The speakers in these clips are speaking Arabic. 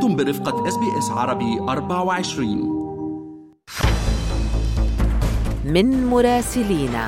أنتم برفقة SBS عربي 24. من مراسلينا.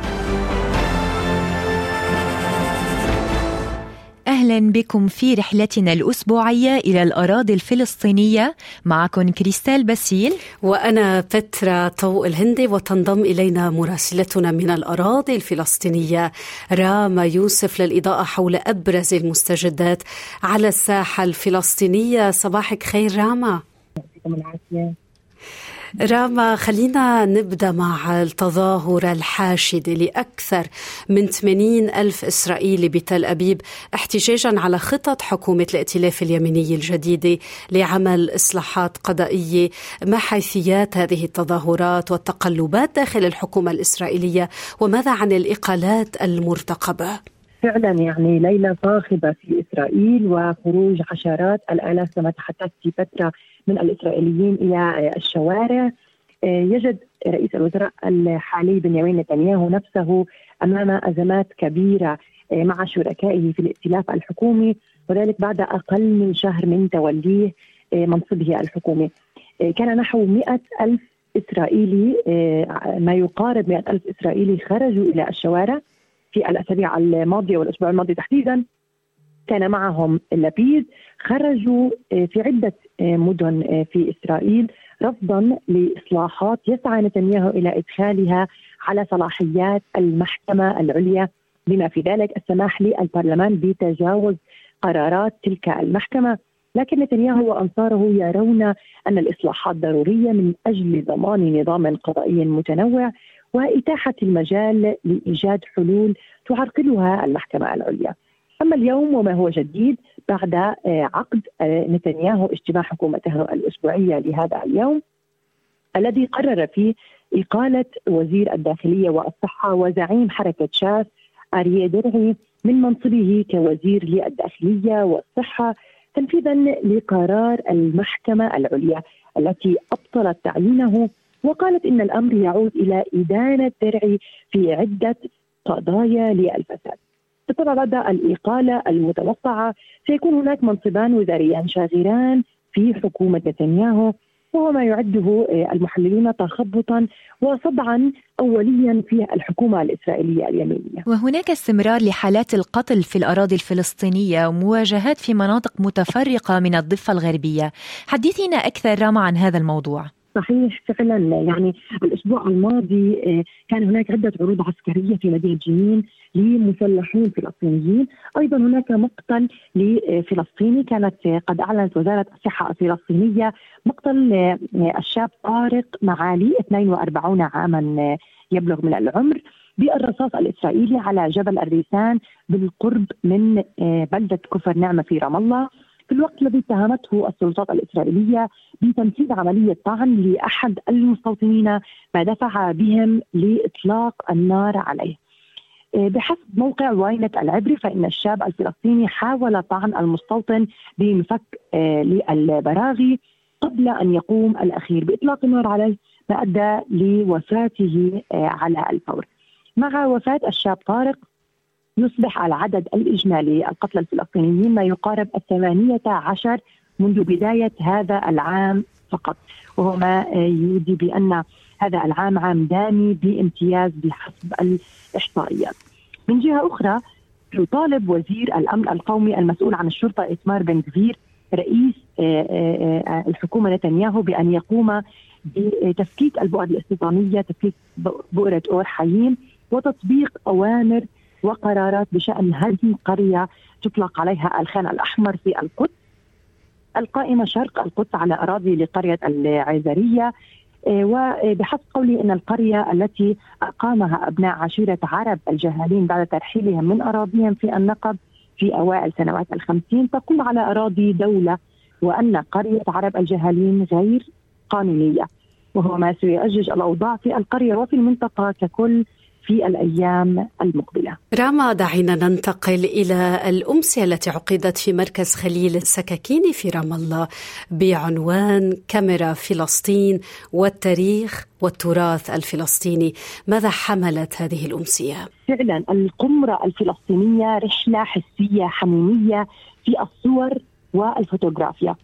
أهلا بكم في رحلتنا الأسبوعية إلى الأراضي الفلسطينية. معكم كريستال باسيل وأنا بترا طوق الهندي، وتنضم إلينا مراسلتنا من الأراضي الفلسطينية راما يوسف للإضاءة حول أبرز المستجدات على الساحة الفلسطينية. صباحك خير راما. راما، خلينا نبدأ مع التظاهر الحاشد لأكثر من 80,000 إسرائيلي بتل أبيب احتجاجا على خطط حكومة الائتلاف اليمني الجديدة لعمل إصلاحات قضائية. ما حيثيات هذه التظاهرات والتقلبات داخل الحكومة الإسرائيلية، وماذا عن الإقالات المرتقبة؟ فعلا يعني ليلة صاخبة في إسرائيل، وخروج عشرات الآلاف كما تحدثت في فترة من الإسرائيليين إلى الشوارع. يجد رئيس الوزراء الحالي بنيامين نتنياهو نفسه أمام أزمات كبيرة مع شركائه في الائتلاف الحكومي، وذلك بعد أقل من شهر من توليه منصبه الحكومي. كان نحو 100,000 إسرائيلي، ما يقارب 100,000 إسرائيلي خرجوا إلى الشوارع في الأسابيع الماضية والأسبوع الماضي تحديدا. كان معهم لبيد، خرجوا في عدة مدن في إسرائيل رفضا لإصلاحات يسعى نتنياهو إلى إدخالها على صلاحيات المحكمة العليا، بما في ذلك السماح للبرلمان بتجاوز قرارات تلك المحكمة. لكن نتنياهو وأنصاره يرون أن الإصلاحات ضرورية من أجل ضمان نظام قضائي متنوع وإتاحة المجال لإيجاد حلول تعرقلها المحكمة العليا. أما اليوم وما هو جديد بعد عقد نتنياهو اجتماع حكومته الأسبوعية لهذا اليوم، الذي قرر فيه إقالة وزير الداخلية والصحة وزعيم حركة شاس أريي درعي من منصبه كوزير للداخلية والصحة، تنفيذا لقرار المحكمة العليا التي أبطلت تعيينه، وقالت إن الأمر يعود إلى إدانة درعي في عدة قضايا للفساد. بالطبع بعد الإقالة المتوقعة سيكون هناك منصبان وزاريان شاغران في حكومة نتنياهو، وهو ما يعده المحللون تخبطا وصدعا أوليا في الحكومة الإسرائيلية اليمينية. وهناك استمرار لحالات القتل في الأراضي الفلسطينية ومواجهات في مناطق متفرقة من الضفة الغربية. حدثينا أكثر راما عن هذا الموضوع. صحيح، فعلا يعني الأسبوع الماضي كان هناك عدة عروض عسكرية في مدينة جنين لمسلحين فلسطينيين. أيضا هناك مقتل لفلسطيني، كانت قد أعلنت وزارة الصحة الفلسطينية مقتل الشاب طارق معالي 42 عاما يبلغ من العمر بالرصاص الإسرائيلي على جبل الريسان بالقرب من بلدة كفر نعمة في رام الله، في الوقت الذي اتهمته السلطات الإسرائيلية بتنفيذ عملية طعن لأحد المستوطنين، ما دفع بهم لإطلاق النار عليه. بحسب موقع واينت العبري، فإن الشاب الفلسطيني حاول طعن المستوطن بمفك للبراغي قبل أن يقوم الأخير بإطلاق النار عليه، ما أدى لوفاته على الفور. مع وفاة الشاب طارق يصبح العدد الإجمالي القتلى الفلسطينيين ما يقارب 18 منذ بداية هذا العام فقط، وهو ما يودي بأن هذا العام عام دامي بامتياز بحسب الإحصائيات. من جهة أخرى يطالب وزير الأمن القومي المسؤول عن الشرطة إتمار بن غفير رئيس الحكومة نتنياهو بأن يقوم بتفكيك البؤر الاستيطانية، تفكيك بؤرة أور حيين، وتطبيق أوامر وقرارات بشأن هذه قرية تطلق عليها الخان الأحمر في القدس القائمة شرق القدس على أراضي لقرية العيزرية. وبحسب قوله إن القرية التي أقامها أبناء عشيرة عرب الجهالين بعد ترحيلهم من أراضيهم في النقب في أوائل سنوات 50 تقوم على أراضي دولة، وأن قرية عرب الجهالين غير قانونية، وهو ما سيؤجج الأوضاع في القرية وفي المنطقة ككل في الأيام المقبلة. راما، دعينا ننتقل إلى الأمسية التي عقدت في مركز خليل السكاكيني في رام الله بعنوان كاميرا فلسطين والتاريخ والتراث الفلسطيني. ماذا حملت هذه الأمسية؟ فعلا القمرة الفلسطينية رحلة حسية حميمية في الصور والفوتوغرافيا.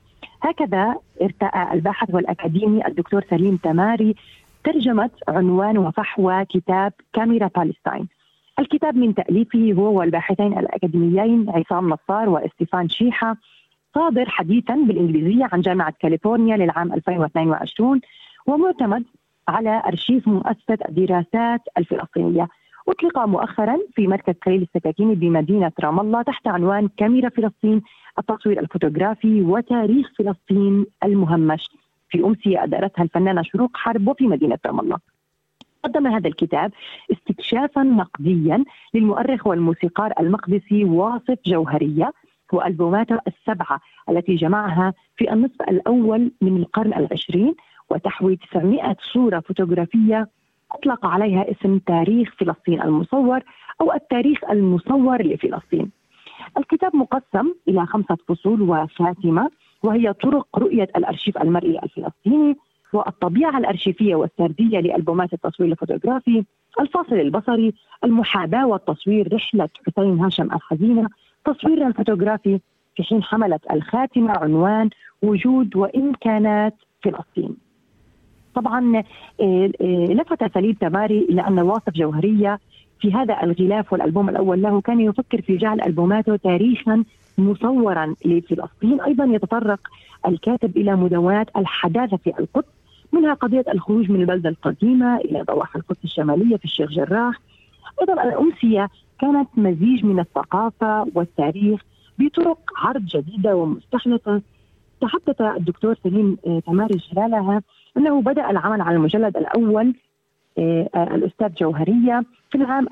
هكذا ارتأى الباحث والأكاديمي الدكتور سليم تماري ترجمة عنوان وفحوى كتاب كاميرا بالستاين. الكتاب من تأليفه هو والباحثين الأكاديميين عصام نصار واستيفان شيحة، صادر حديثا بالإنجليزية عن جامعة كاليفورنيا للعام 2022، ومعتمد على أرشيف مؤسسة الدراسات الفلسطينية. أطلق مؤخرا في مركز خليل السكاكيني بمدينة رام الله تحت عنوان كاميرا فلسطين، التصوير الفوتوغرافي وتاريخ فلسطين المهمش، في أمسية أدارتها الفنانة شروق حرب وفي مدينة رام الله. قدم هذا الكتاب استكشافا نقديا للمؤرخ والموسيقار المقدسي واصف جوهرية وألبوماته السبعة التي جمعها في النصف الأول من القرن العشرين، وتحوي 900 صورة فوتوغرافية أطلق عليها اسم تاريخ فلسطين المصور أو التاريخ المصور لفلسطين. الكتاب مقسم إلى 5 فصول وخاتمة، وهي طرق رؤية الأرشيف المرئي الفلسطيني، والطبيعة الأرشيفية والسردية لألبومات التصوير الفوتوغرافي، الفاصل البصري، المحاباة والتصوير، رحلة حسين هاشم الحزينة، تصوير الفوتوغرافي، في حين حملت الخاتمة عنوان وجود وإمكانات فلسطين. طبعا لفت سليم تماري إلى أن واصف جوهرية في هذا الغلاف والألبوم الأول له كان يفكر في جعل ألبوماته تاريخا مصورا لفلسطين. أيضا يتطرق الكاتب إلى مدونات الحداثة في القدس، منها قضية الخروج من البلدة القديمة إلى ضواحي القدس الشمالية في الشيخ جراح. أيضا الأمسية كانت مزيج من الثقافة والتاريخ بطرق عرض جديدة ومستحدثة. تحدث الدكتور سليم تماري خلالها أنه بدأ العمل على المجلد الأول الأستاذ جوهرية في العام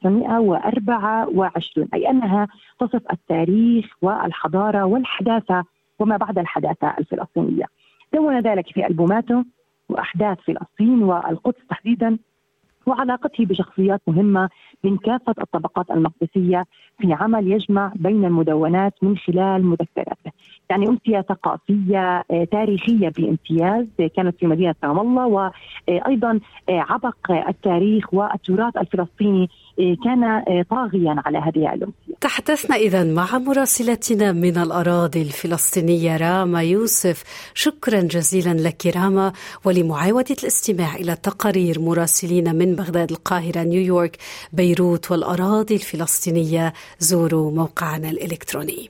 1924، أي أنها تصف التاريخ والحضارة والحداثة وما بعد الحداثة الفلسطينية. دون ذلك في ألبوماته وأحداث فلسطين والقدس تحديدا، وعلاقته بشخصيات مهمة من كافة الطبقات المقدسية في عمل يجمع بين المدونات من خلال مذكراته. يعني أمسية ثقافية تاريخية بامتياز كانت في مدينة رام الله، وأيضا عبق التاريخ والتراث الفلسطيني كان طاغيا على هذه الأمسية. تحدثنا إذن مع مراسلتنا من الأراضي الفلسطينية راما يوسف. شكرا جزيلا لك راما، ولمعاودة الاستماع إلى تقارير مراسلين من بغداد، القاهرة، نيويورك، بيروت والأراضي الفلسطينية زوروا موقعنا الإلكتروني.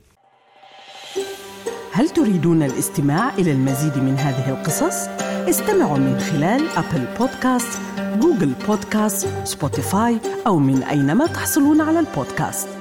هل تريدون الاستماع إلى المزيد من هذه القصص؟ استمعوا من خلال أبل بودكاست، جوجل بودكاست، سبوتيفاي أو من أينما تحصلون على البودكاست.